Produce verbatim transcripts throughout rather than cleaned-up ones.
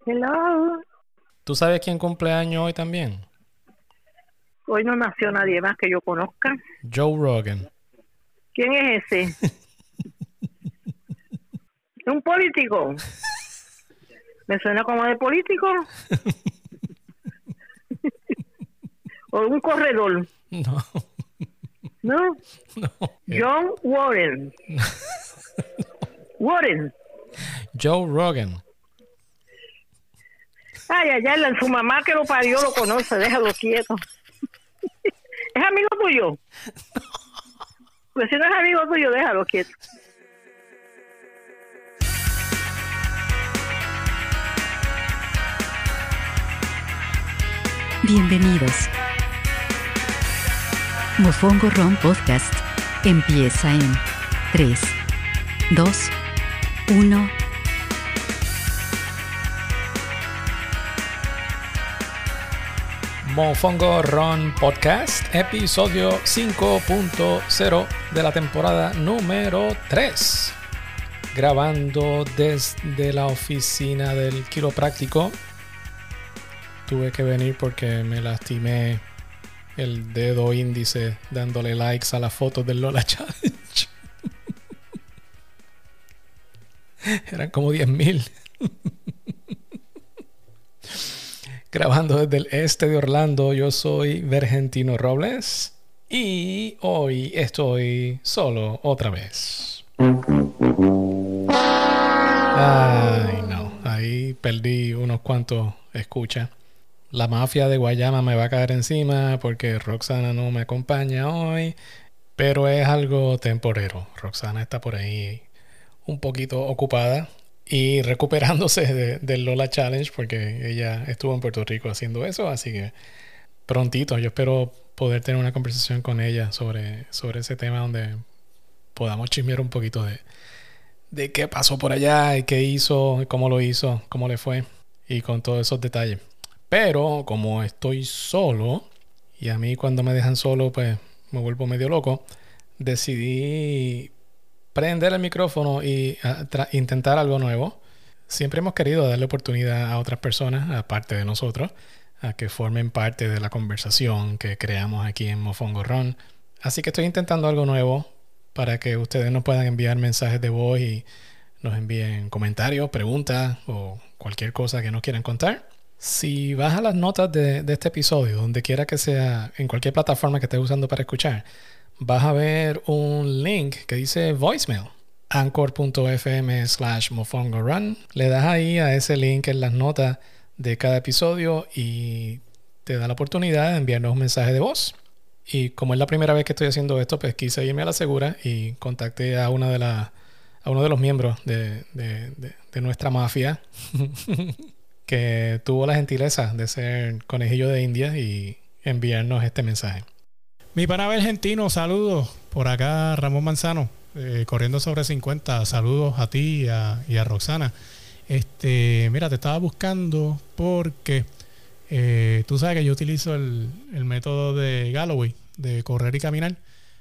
Hello. ¿Tú sabes quién cumple años hoy también? Hoy no nació nadie más que yo conozca. Joe Rogan. ¿Quién es ese? ¿Un político? ¿Me suena como de político? ¿O un corredor? No. ¿No? No. John Warren. Warren. Joe Rogan. Ay, ay, ay, su mamá que lo parió lo conoce, déjalo quieto. ¿Es amigo tuyo? Pues si no es amigo tuyo, déjalo quieto. Bienvenidos. Mofongo Ron Podcast empieza en tres, dos, uno. Mofongo Ron Podcast, episodio cinco punto cero de la temporada número tres. Grabando desde la oficina del quiropráctico. Tuve que venir porque me lastimé el dedo índice dándole likes a las fotos del Lola Challenge. Eran como diez mil. Grabando desde el este de Orlando, yo soy Vergentino Robles y hoy estoy solo otra vez. Ay, no, ahí perdí unos cuantos escuchas. La mafia de Guayama me va a caer encima porque Roxana no me acompaña hoy, pero es algo temporero. Roxana está por ahí un poquito ocupada y recuperándose de, del Lola Challenge porque ella estuvo en Puerto Rico haciendo eso, así que prontito yo espero poder tener una conversación con ella sobre, sobre ese tema donde podamos chismear un poquito de, de qué pasó por allá y qué hizo, cómo lo hizo, cómo le fue y con todos esos detalles. Pero como estoy solo y a mí cuando me dejan solo pues me vuelvo medio loco, decidí prender el micrófono y tra- intentar algo nuevo. Siempre hemos querido darle oportunidad a otras personas, aparte de nosotros, a que formen parte de la conversación que creamos aquí en Mofongo Ron. Así que estoy intentando algo nuevo para que ustedes nos puedan enviar mensajes de voz y nos envíen comentarios, preguntas o cualquier cosa que nos quieran contar. Si vas a las notas de, de este episodio, donde quiera que sea, en cualquier plataforma que estés usando para escuchar, vas a ver un link que dice voicemail. Anchor.fm slash Mofongo Run. Le das ahí a ese link en las notas de cada episodio y te da la oportunidad de enviarnos un mensaje de voz. Y como es la primera vez que estoy haciendo esto, pues quise irme a la segura y contacté a una de las a uno de los miembros de, de, de, de nuestra mafia que tuvo la gentileza de ser conejillo de India y enviarnos este mensaje. Mi pana Vergentino, saludos. Por acá Ramón Manzano, eh, corriendo sobre cincuenta. Saludos a ti y a, y a Roxana. Este, mira, te estaba buscando porque eh, tú sabes que yo utilizo el, el método de Galloway, de correr y caminar,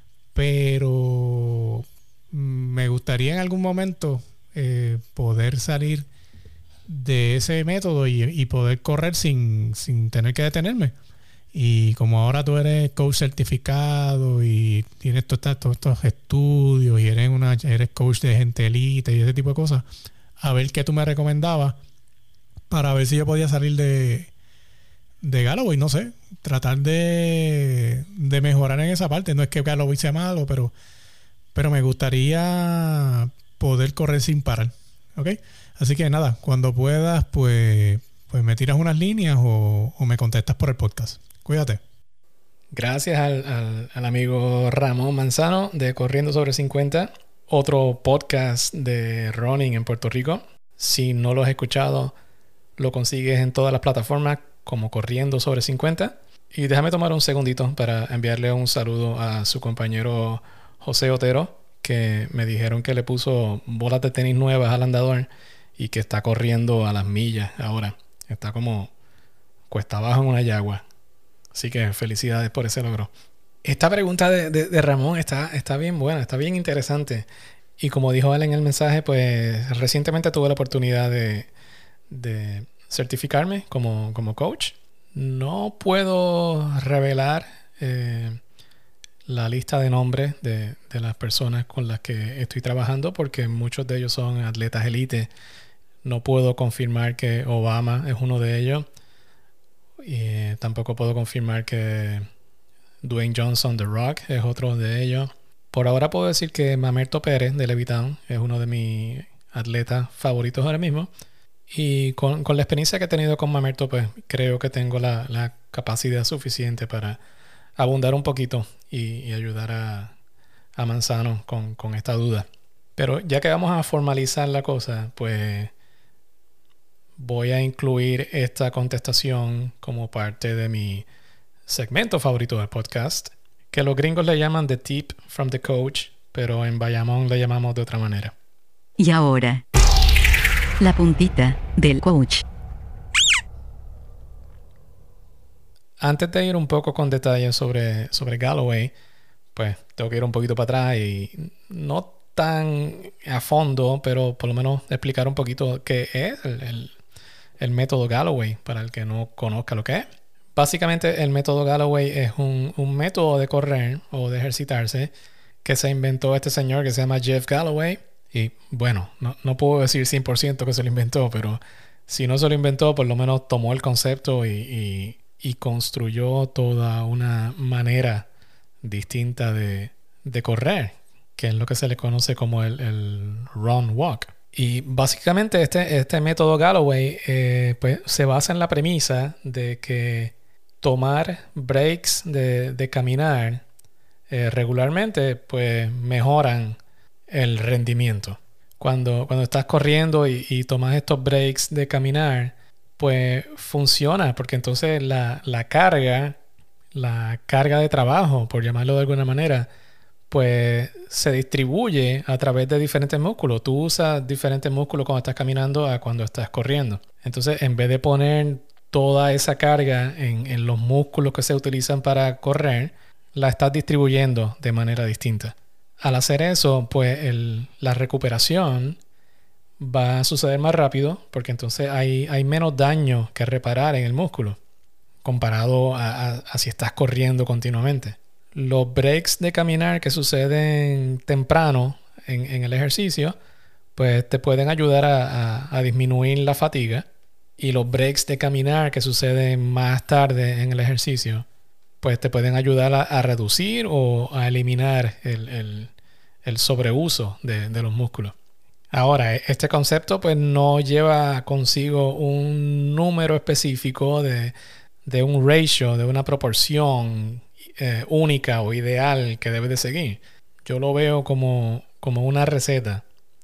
pero me gustaría en algún momento eh, poder salir de ese método y, y poder correr sin, sin tener que detenerme. Y como ahora tú eres coach certificado y tienes todos estos estudios y eres, una, eres coach de gente elite y ese tipo de cosas, a ver qué tú me recomendabas para ver si yo podía salir de, de Galloway, no sé, tratar de, de mejorar en esa parte. No es que Galloway sea malo, pero, pero me gustaría poder correr sin parar, ¿ok? Así que nada, cuando puedas, pues, pues me tiras unas líneas o, o me contestas por el podcast. Cuídate. Gracias al, al, al amigo Ramón Manzano de Corriendo sobre cincuenta, otro podcast de running en Puerto Rico. Si no lo has escuchado, lo consigues en todas las plataformas como Corriendo sobre cincuenta. Y déjame tomar un segundito para enviarle un saludo a su compañero José Otero, que me dijeron que le puso bolas de tenis nuevas al andador y que está corriendo a las millas ahora. Está como cuesta abajo en una yagua. Así que felicidades por ese logro. Esta pregunta de, de, de Ramón está, está bien buena, está bien interesante. Y como dijo él en el mensaje, pues recientemente tuve la oportunidad de, de, certificarme como, como coach. No puedo revelar eh, la lista de nombres de, de las personas con las que estoy trabajando porque muchos de ellos son atletas elite. No puedo confirmar que Obama es uno de ellos. Y eh, tampoco puedo confirmar que Dwayne Johnson, The Rock, es otro de ellos. Por ahora puedo decir que Mamerto Pérez de Levittown es uno de mis atletas favoritos ahora mismo. Y con, con la experiencia que he tenido con Mamerto, pues creo que tengo la, la capacidad suficiente para abundar un poquito y, y ayudar a, a Manzano con, con esta duda. Pero ya que vamos a formalizar la cosa, pues voy a incluir esta contestación como parte de mi segmento favorito del podcast, que los gringos le llaman The Tip from the Coach, pero en Bayamón le llamamos de otra manera. Y ahora, la puntita del coach. Antes de ir un poco con detalles sobre, sobre Galloway, pues tengo que ir un poquito para atrás y no tan a fondo, pero por lo menos explicar un poquito qué es el, el, el método Galloway, para el que no conozca lo que es. Básicamente el método Galloway es un, un método de correr o de ejercitarse que se inventó este señor que se llama Jeff Galloway. Y bueno, no, no puedo decir cien por ciento que se lo inventó, pero si no se lo inventó, por lo menos tomó el concepto y, y, y construyó toda una manera distinta de, de correr, que es lo que se le conoce como el, el run walk. Y básicamente este, este método Galloway eh, pues, se basa en la premisa de que tomar breaks de, de caminar eh, regularmente pues mejoran el rendimiento. Cuando, cuando estás corriendo y, y tomas estos breaks de caminar, pues funciona, porque entonces la, la carga, la carga de trabajo, por llamarlo de alguna manera, pues se distribuye a través de diferentes músculos. Tú usas diferentes músculos cuando estás caminando a cuando estás corriendo. Entonces, en vez de poner toda esa carga en, en los músculos que se utilizan para correr, la estás distribuyendo de manera distinta. Al hacer eso, pues el, la recuperación va a suceder más rápido porque entonces hay, hay menos daño que reparar en el músculo comparado a, a, a si estás corriendo continuamente. Los breaks de caminar que suceden temprano en, en el ejercicio, pues te pueden ayudar a, a, a disminuir la fatiga. Y los breaks de caminar que suceden más tarde en el ejercicio, pues te pueden ayudar a, a reducir o a eliminar el, el, el sobreuso de, de los músculos. Ahora, este concepto pues no lleva consigo un número específico de, de un ratio, de una proporción eh, única o ideal que debes de seguir. Yo lo veo como, como una receta.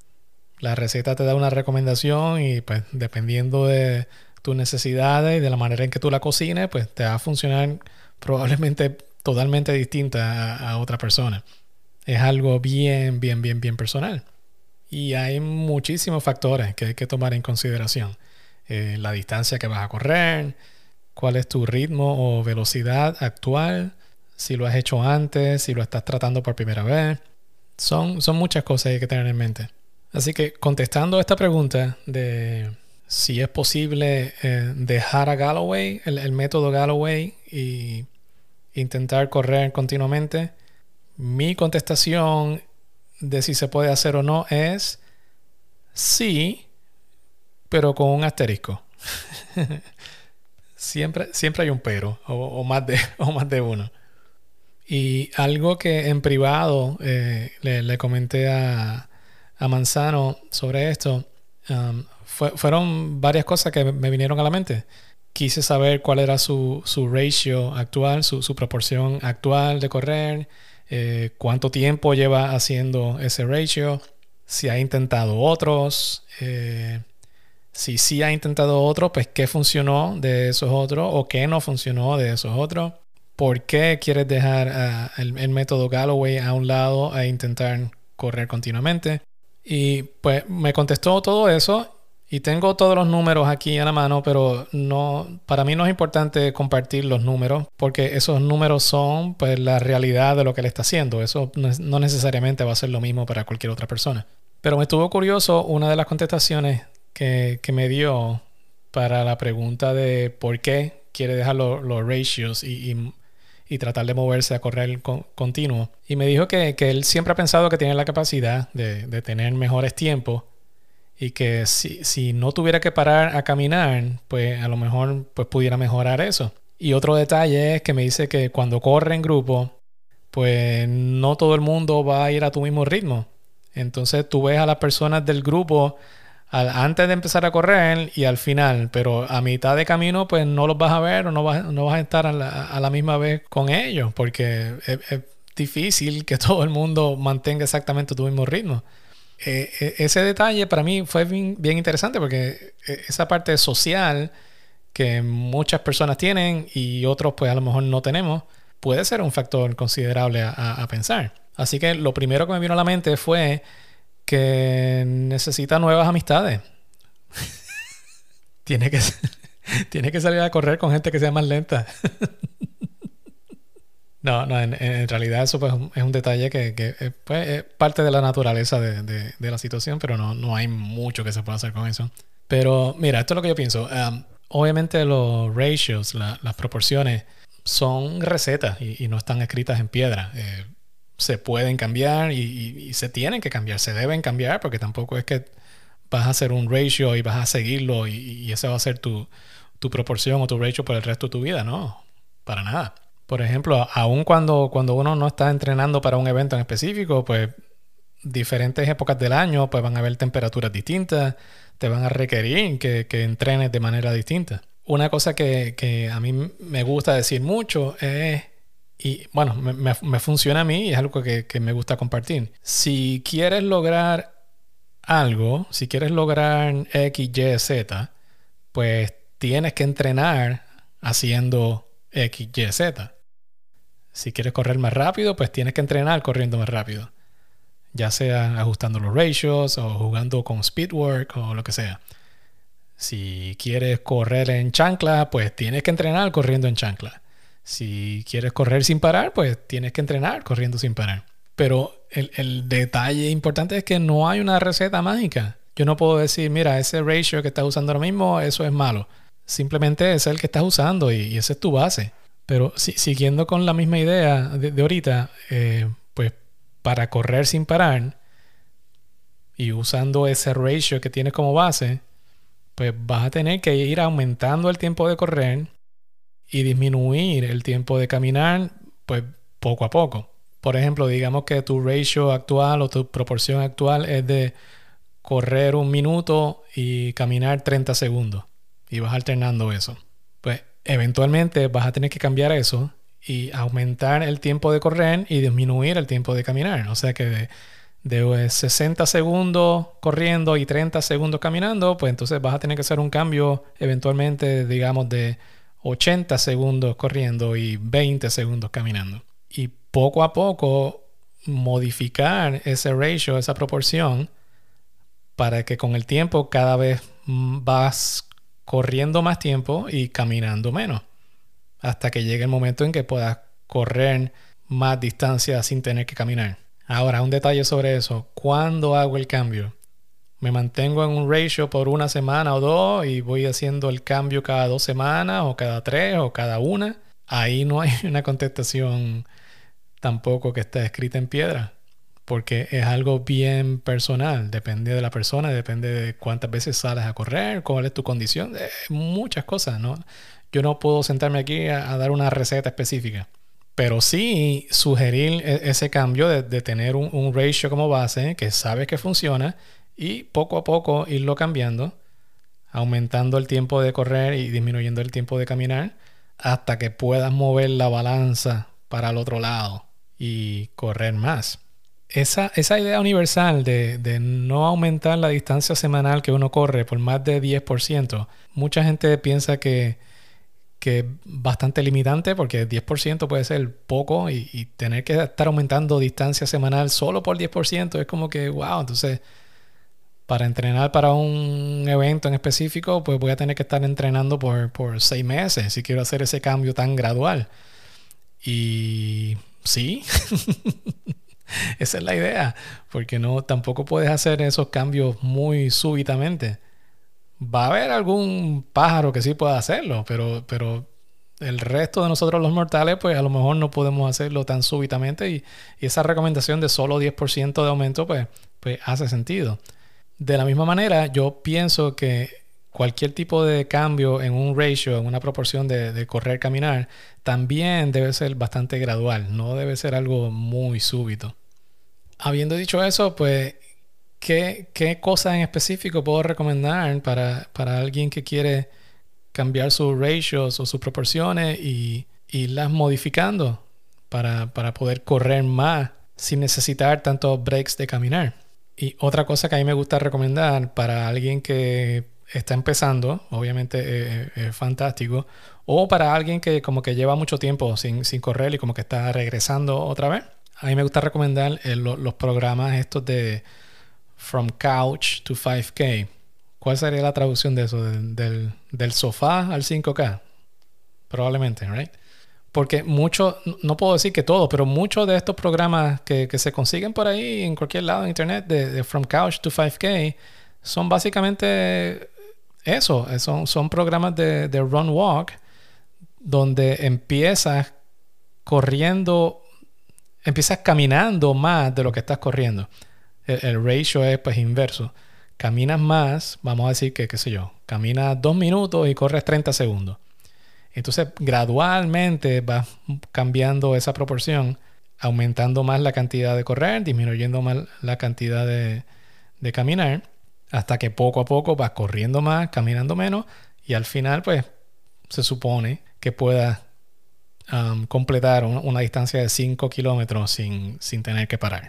La receta te da una recomendación y pues dependiendo de tus necesidades y de la manera en que tú la cocines, pues te va a funcionar probablemente totalmente distinta a, a otra persona. Es algo bien, bien, bien, bien personal. Y hay muchísimos factores que hay que tomar en consideración. Eh, la distancia que vas a correr, cuál es tu ritmo o velocidad actual, si lo has hecho antes, si lo estás tratando por primera vez. Son, son muchas cosas que hay que tener en mente. Así que contestando a esta pregunta de si es posible eh, dejar a Galloway, el, el método Galloway, y intentar correr continuamente, mi contestación de si se puede hacer o no es sí, pero con un asterisco. siempre, siempre hay un pero, o, o, más de, o más de uno. Y algo que en privado eh, le, le comenté a, a Manzano sobre esto, um, fue, fueron varias cosas que me vinieron a la mente. Quise saber cuál era su, su ratio actual, su, su proporción actual de correr, eh, cuánto tiempo lleva haciendo ese ratio, si ha intentado otros, eh, si sí ha intentado otros, pues qué funcionó de esos otros o qué no funcionó de esos otros. ¿Por qué quieres dejar uh, el, el método Galloway a un lado e intentar correr continuamente? Y pues me contestó todo eso. Y tengo todos los números aquí a la mano, pero no, para mí no es importante compartir los números porque esos números son pues la realidad de lo que él está haciendo. Eso no necesariamente va a ser lo mismo para cualquier otra persona. Pero me estuvo curioso una de las contestaciones que, que me dio para la pregunta de por qué quiere dejar lo, los ratios y, y, y tratar de moverse a correr con, continuo. Y me dijo que, que él siempre ha pensado que tiene la capacidad de, de tener mejores tiempos y que si, si no tuviera que parar a caminar, pues a lo mejor pues, pudiera mejorar eso. Y otro detalle es que me dice que cuando corre en grupo, pues no todo el mundo va a ir a tu mismo ritmo. Entonces tú ves a las personas del grupo al, antes de empezar a correr y al final, pero a mitad de camino pues no los vas a ver o no vas, no vas a estar a la, a la misma vez con ellos, porque es, es difícil que todo el mundo mantenga exactamente tu mismo ritmo. Eh, eh, ese detalle para mí fue bien, bien interesante, porque esa parte social que muchas personas tienen y otros pues a lo mejor no tenemos, puede ser un factor considerable a, a, a pensar. Así que lo primero que me vino a la mente fue que necesita nuevas amistades. tiene, que, tiene que salir a correr con gente que sea más lenta. no, no en, en realidad eso pues, es un detalle que, que pues, es parte de la naturaleza de, de, de la situación, pero no, no hay mucho que se pueda hacer con eso. Pero mira, esto es lo que yo pienso. Um, obviamente los ratios, la, las proporciones, son recetas y, y no están escritas en piedra. Eh, se pueden cambiar y, y, y se tienen que cambiar, se deben cambiar, porque tampoco es que vas a hacer un ratio y vas a seguirlo y, y esa va a ser tu, tu proporción o tu ratio por el resto de tu vida. No, para nada. Por ejemplo, aun cuando, cuando uno no está entrenando para un evento en específico, pues diferentes épocas del año pues van a haber temperaturas distintas, te van a requerir que, que entrenes de manera distinta. Una cosa que, que a mí me gusta decir mucho es, y bueno, me, me, me funciona a mí y es algo que, que me gusta compartir. Si quieres lograr algo, si quieres lograr X, Y, Z, pues tienes que entrenar haciendo X, Y, Z. Si quieres correr más rápido, pues tienes que entrenar corriendo más rápido. Ya sea ajustando los ratios o jugando con speedwork o lo que sea. Si quieres correr en chancla, pues tienes que entrenar corriendo en chancla. Si quieres correr sin parar, pues tienes que entrenar corriendo sin parar. Pero el, el detalle importante es que no hay una receta mágica. Yo no puedo decir, mira, ese ratio que estás usando ahora mismo, eso es malo. Simplemente es el que estás usando y, y esa es tu base. Pero si, siguiendo con la misma idea de, de ahorita, eh, pues para correr sin parar y usando ese ratio que tienes como base, pues vas a tener que ir aumentando el tiempo de correr y disminuir el tiempo de caminar, pues poco a poco. Por ejemplo, digamos que tu ratio actual o tu proporción actual es de correr un minuto y caminar treinta segundos. Y vas alternando eso. Pues eventualmente vas a tener que cambiar eso y aumentar el tiempo de correr y disminuir el tiempo de caminar. O sea que de de sesenta segundos corriendo y treinta segundos caminando, pues entonces vas a tener que hacer un cambio eventualmente, digamos, de ochenta segundos corriendo y veinte segundos caminando. Y poco a poco modificar ese ratio, esa proporción, para que con el tiempo cada vez vas corriendo más tiempo y caminando menos, hasta que llegue el momento en que puedas correr más distancia sin tener que caminar. Ahora, un detalle sobre eso. ¿Cuándo hago el cambio? ¿Me mantengo en un ratio por una semana o dos y voy haciendo el cambio cada dos semanas o cada tres o cada una? Ahí no hay una contestación tampoco que esté escrita en piedra, porque es algo bien personal. Depende de la persona, depende de cuántas veces sales a correr, cuál es tu condición, eh, muchas cosas, ¿no? Yo no puedo sentarme aquí a, a dar una receta específica. Pero sí sugerir ese cambio de, de tener un, un ratio como base que sabes que funciona y poco a poco irlo cambiando, aumentando el tiempo de correr y disminuyendo el tiempo de caminar hasta que puedas mover la balanza para el otro lado y correr más. Esa, esa idea universal de, de no aumentar la distancia semanal que uno corre por más de diez por ciento, mucha gente piensa que que es bastante limitante, porque diez por ciento puede ser poco y, y tener que estar aumentando distancia semanal solo por diez por ciento es como que wow. Entonces, para entrenar para un evento en específico, pues voy a tener que estar entrenando por, por seis meses si quiero hacer ese cambio tan gradual. Y sí, esa es la idea, porque no, tampoco puedes hacer esos cambios muy súbitamente. va a haber algún pájaro que sí pueda hacerlo, pero, pero el resto de nosotros los mortales, pues a lo mejor no podemos hacerlo tan súbitamente y, y esa recomendación de solo diez por ciento de aumento, pues, pues hace sentido. De la misma manera, yo pienso que cualquier tipo de cambio en un ratio, en una proporción de, de correr, caminar, también debe ser bastante gradual, no debe ser algo muy súbito. Habiendo dicho eso, pues, ¿qué, qué cosas en específico puedo recomendar para, para alguien que quiere cambiar sus ratios o sus proporciones y irlas modificando para, para poder correr más sin necesitar tantos breaks de caminar? Y otra cosa que a mí me gusta recomendar para alguien que está empezando, obviamente es eh, eh, fantástico, o para alguien que como que lleva mucho tiempo sin, sin correr y como que está regresando otra vez, a mí me gusta recomendar eh, lo, los programas estos de From Couch to five K. ¿Cuál sería la traducción de eso? Del, del, del sofá al cinco K. Probablemente, ¿right? Porque muchos, no puedo decir que todos, pero muchos de estos programas que, que se consiguen por ahí en cualquier lado de internet, de, de From Couch to five K, son básicamente eso. Son, son programas de, de run walk, donde empiezas corriendo, empiezas caminando más de lo que estás corriendo. El, el ratio es pues inverso. Caminas más, vamos a decir que, qué sé yo, caminas dos minutos y corres treinta segundos. Entonces, gradualmente vas cambiando esa proporción, aumentando más la cantidad de correr, disminuyendo más la cantidad de, de caminar, hasta que poco a poco vas corriendo más, caminando menos, y al final, pues, se supone que puedas um, completar una, una distancia de cinco kilómetros sin, sin tener que parar.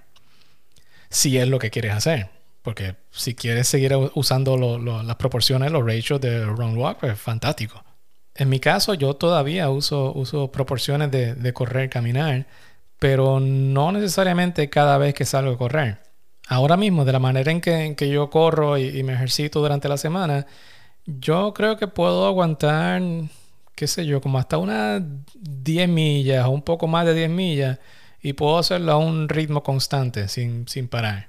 Si es lo que quieres hacer. Porque si quieres seguir usando lo, lo, las proporciones, los ratios de run walk, pues fantástico. En mi caso, yo todavía uso, uso proporciones de, de correr, caminar, pero no necesariamente cada vez que salgo a correr. Ahora mismo, de la manera en que, en que yo corro y, y me ejercito durante la semana, yo creo que puedo aguantar, qué sé yo, como hasta unas diez millas o un poco más de diez millas y puedo hacerlo a un ritmo constante, sin, sin parar.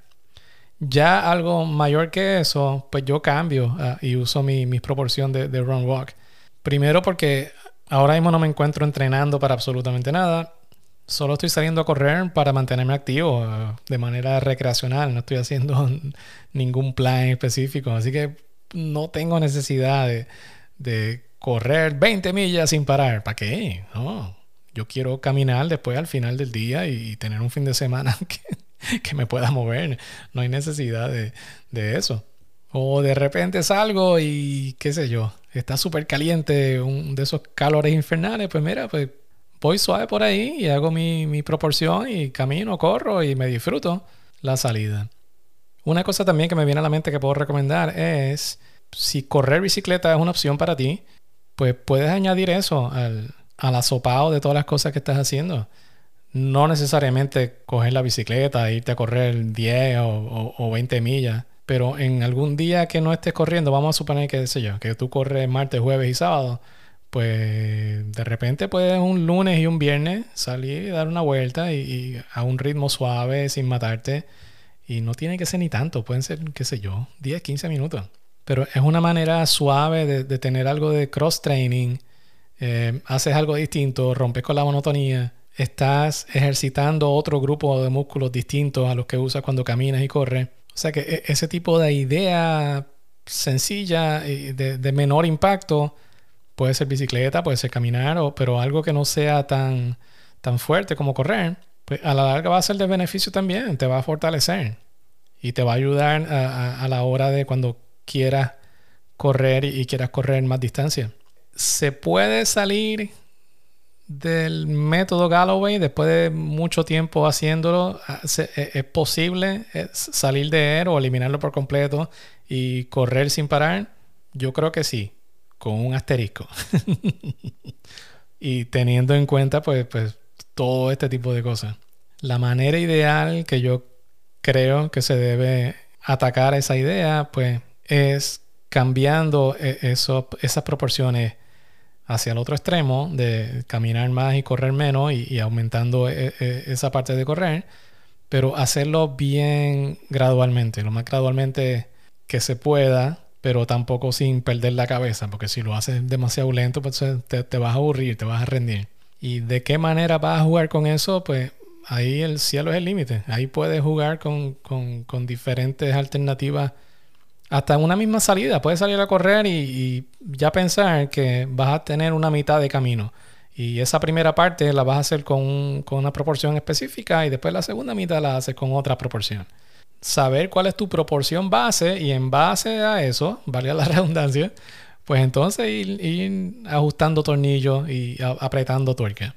Ya algo mayor que eso, pues yo cambio uh, y uso mi, mi proporción de, de run walk. Primero porque ahora mismo no me encuentro entrenando para absolutamente nada. Solo estoy saliendo a correr para mantenerme activo uh, de manera recreacional. No estoy haciendo ningún plan específico. Así que no tengo necesidad de, de correr veinte millas sin parar. ¿Para qué? No. Yo quiero caminar después al final del día y tener un fin de semana que... que me pueda mover. No hay necesidad de, de eso. O de repente salgo y qué sé yo, está súper caliente, un de esos calores infernales, pues mira, pues voy suave por ahí y hago mi, mi proporción y camino, corro y me disfruto la salida. Una cosa también que me viene a la mente que puedo recomendar es, si correr bicicleta es una opción para ti, pues puedes añadir eso al, al asopado de todas las cosas que estás haciendo. No necesariamente coger la bicicleta e irte a correr diez o, o, o veinte millas. Pero en algún día que no estés corriendo, vamos a suponer que, sé yo, que tú corres martes, jueves y sábado, pues de repente puedes un lunes y un viernes salir y dar una vuelta y, y a un ritmo suave, sin matarte. Y no tiene que ser ni tanto, pueden ser, qué sé yo, diez, quince minutos. Pero es una manera suave de, de tener algo de cross-training. Eh, haces algo distinto, rompes con la monotonía. Estás ejercitando otro grupo de músculos distintos a los que usas cuando caminas y corres. O sea que ese tipo de idea sencilla y de, de menor impacto puede ser bicicleta, puede ser caminar, o, pero algo que no sea tan, tan fuerte como correr, pues a la larga va a ser de beneficio también. Te va a fortalecer y te va a ayudar a, a, a la hora de cuando quieras correr y, y quieras correr más distancia. Se puede salir del método Galloway después de mucho tiempo haciéndolo. Es posible salir de él o eliminarlo por completo y correr sin parar. Yo creo que sí, con un asterisco. Y teniendo en cuenta pues, pues todo este tipo de cosas. La manera ideal que yo creo que se debe atacar esa idea pues es cambiando eso, esas proporciones hacia el otro extremo de caminar más y correr menos y, y aumentando e, e, esa parte de correr, pero hacerlo bien gradualmente, lo más gradualmente que se pueda, pero tampoco sin perder la cabeza, porque si lo haces demasiado lento, pues te, te vas a aburrir, te vas a rendir. ¿Y de qué manera vas a jugar con eso? Pues ahí el cielo es el límite. Ahí puedes jugar con, con, con diferentes alternativas. Hasta una misma salida. Puedes salir a correr y, y ya pensar que vas a tener una mitad de camino. Y esa primera parte la vas a hacer con, un, con una proporción específica y después la segunda mitad la haces con otra proporción. Saber cuál es tu proporción base y en base a eso, valga la redundancia, pues entonces ir, ir ajustando tornillos y a, apretando tuerca.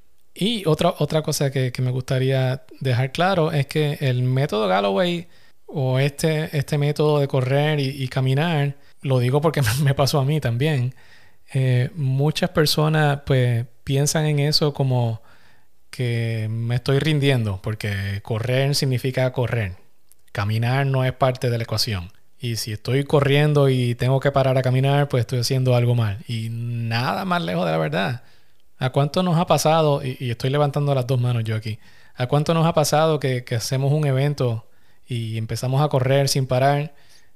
Y otra, otra cosa que, que me gustaría dejar claro es que el método Galloway o este, este método de correr y, y caminar, lo digo porque me pasó a mí también, eh, muchas personas pues piensan en eso como que me estoy rindiendo porque correr significa correr. Caminar no es parte de la ecuación. Y si estoy corriendo y tengo que parar a caminar, pues estoy haciendo algo mal. Y nada más lejos de la verdad. ¿A cuánto nos ha pasado? Y, y estoy levantando las dos manos yo aquí. ¿A cuánto nos ha pasado que, que hacemos un evento y empezamos a correr sin parar?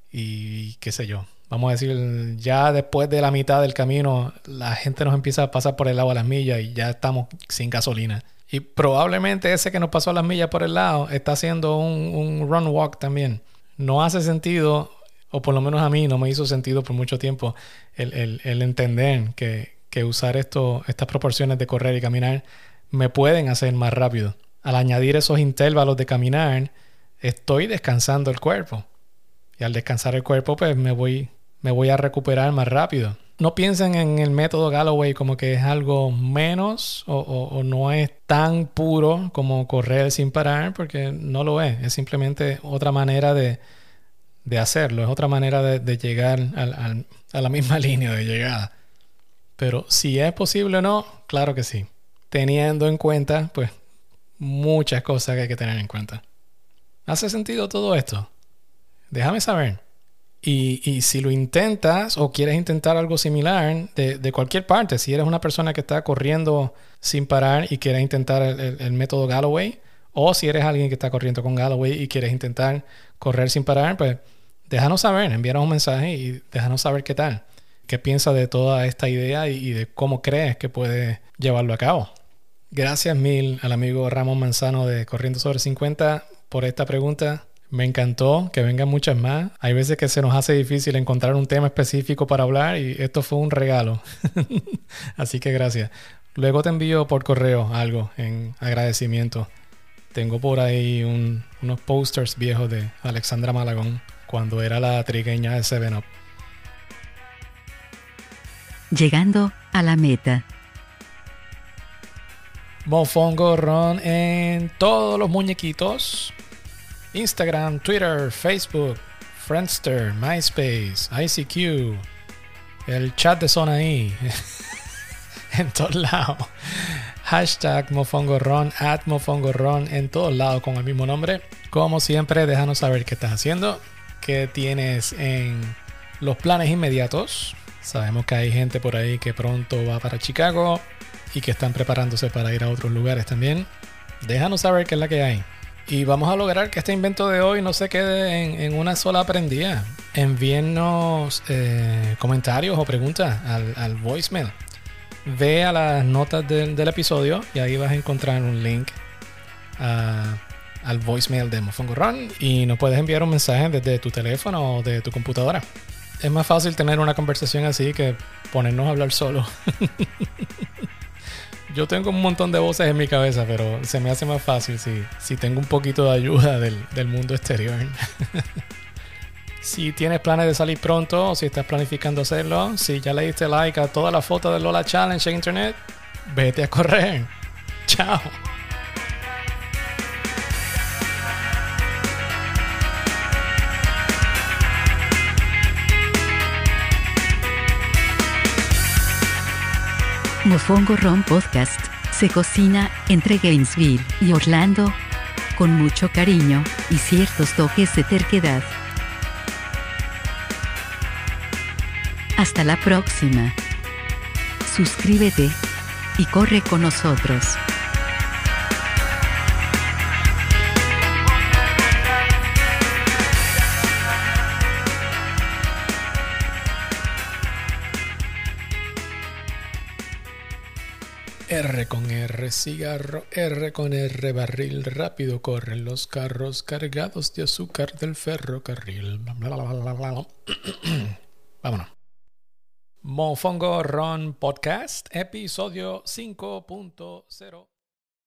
Y qué sé yo. Vamos a decir, ya después de la mitad del camino, la gente nos empieza a pasar por el lado a las millas y ya estamos sin gasolina. Y probablemente ese que nos pasó a las millas por el lado está haciendo un, un run walk también. No hace sentido, o por lo menos a mí no me hizo sentido por mucho tiempo, el, el, el entender que, que usar esto, estas proporciones de correr y caminar me pueden hacer más rápido. Al añadir esos intervalos de caminar, estoy descansando el cuerpo. Y al descansar el cuerpo, pues me voy, me voy a recuperar más rápido. No piensen en el método Galloway como que es algo menos o, o, o no es tan puro como correr sin parar, porque no lo es. Es simplemente otra manera de, de hacerlo. Es otra manera de, de llegar al, al, a la misma línea de llegada. Pero si es posible o no, claro que sí. Teniendo en cuenta, pues, muchas cosas que hay que tener en cuenta. ¿Hace sentido todo esto? Déjame saber. Y, y si lo intentas o quieres intentar algo similar de, de cualquier parte, si eres una persona que está corriendo sin parar y quieres intentar el, el, el método Galloway, o si eres alguien que está corriendo con Galloway y quieres intentar correr sin parar, pues déjanos saber, envíanos un mensaje y déjanos saber qué tal, qué piensas de toda esta idea y, y de cómo crees que puedes llevarlo a cabo. Gracias mil al amigo Ramón Manzano de Corriendo Sobre cincuenta por esta pregunta. Me encantó que vengan muchas más. Hay veces que se nos hace difícil encontrar un tema específico para hablar y esto fue un regalo. Así que gracias. Luego te envío por correo algo en agradecimiento. Tengo por ahí un, unos posters viejos de Alexandra Malagón cuando era la trigueña de Seven Up. Llegando a la meta. Mofongo Ron en todos los muñequitos. Instagram, Twitter, Facebook, Friendster, MySpace, I C Q, el chat de Zona I, en todos lados. Hashtag MofongoRon, at MofongoRon, en todos lados con el mismo nombre. Como siempre, déjanos saber qué estás haciendo, qué tienes en los planes inmediatos. Sabemos que hay gente por ahí que pronto va para Chicago y que están preparándose para ir a otros lugares también. Déjanos saber qué es la que hay. Y vamos a lograr que este invento de hoy no se quede en, en una sola prendida. Envíennos eh, comentarios o preguntas al, al voicemail. Ve a las notas del, del episodio y ahí vas a encontrar un link a, al voicemail de Mofongo Ron y nos puedes enviar un mensaje desde tu teléfono o de tu computadora. Es más fácil tener una conversación así que ponernos a hablar solo. Yo tengo un montón de voces en mi cabeza, pero se me hace más fácil si, si tengo un poquito de ayuda del, del mundo exterior. Si tienes planes de salir pronto o si estás planificando hacerlo, si ya le diste like a todas las fotos del Lola Challenge en internet, vete a correr. Chao. Mofongo Ron Podcast se cocina entre Gainesville y Orlando con mucho cariño y ciertos toques de terquedad. Hasta la próxima. Suscríbete y corre con nosotros. R con R cigarro, R con R barril, rápido corren los carros cargados de azúcar del ferrocarril. Vámonos. Mofongo Ron Podcast, episodio cinco punto cero.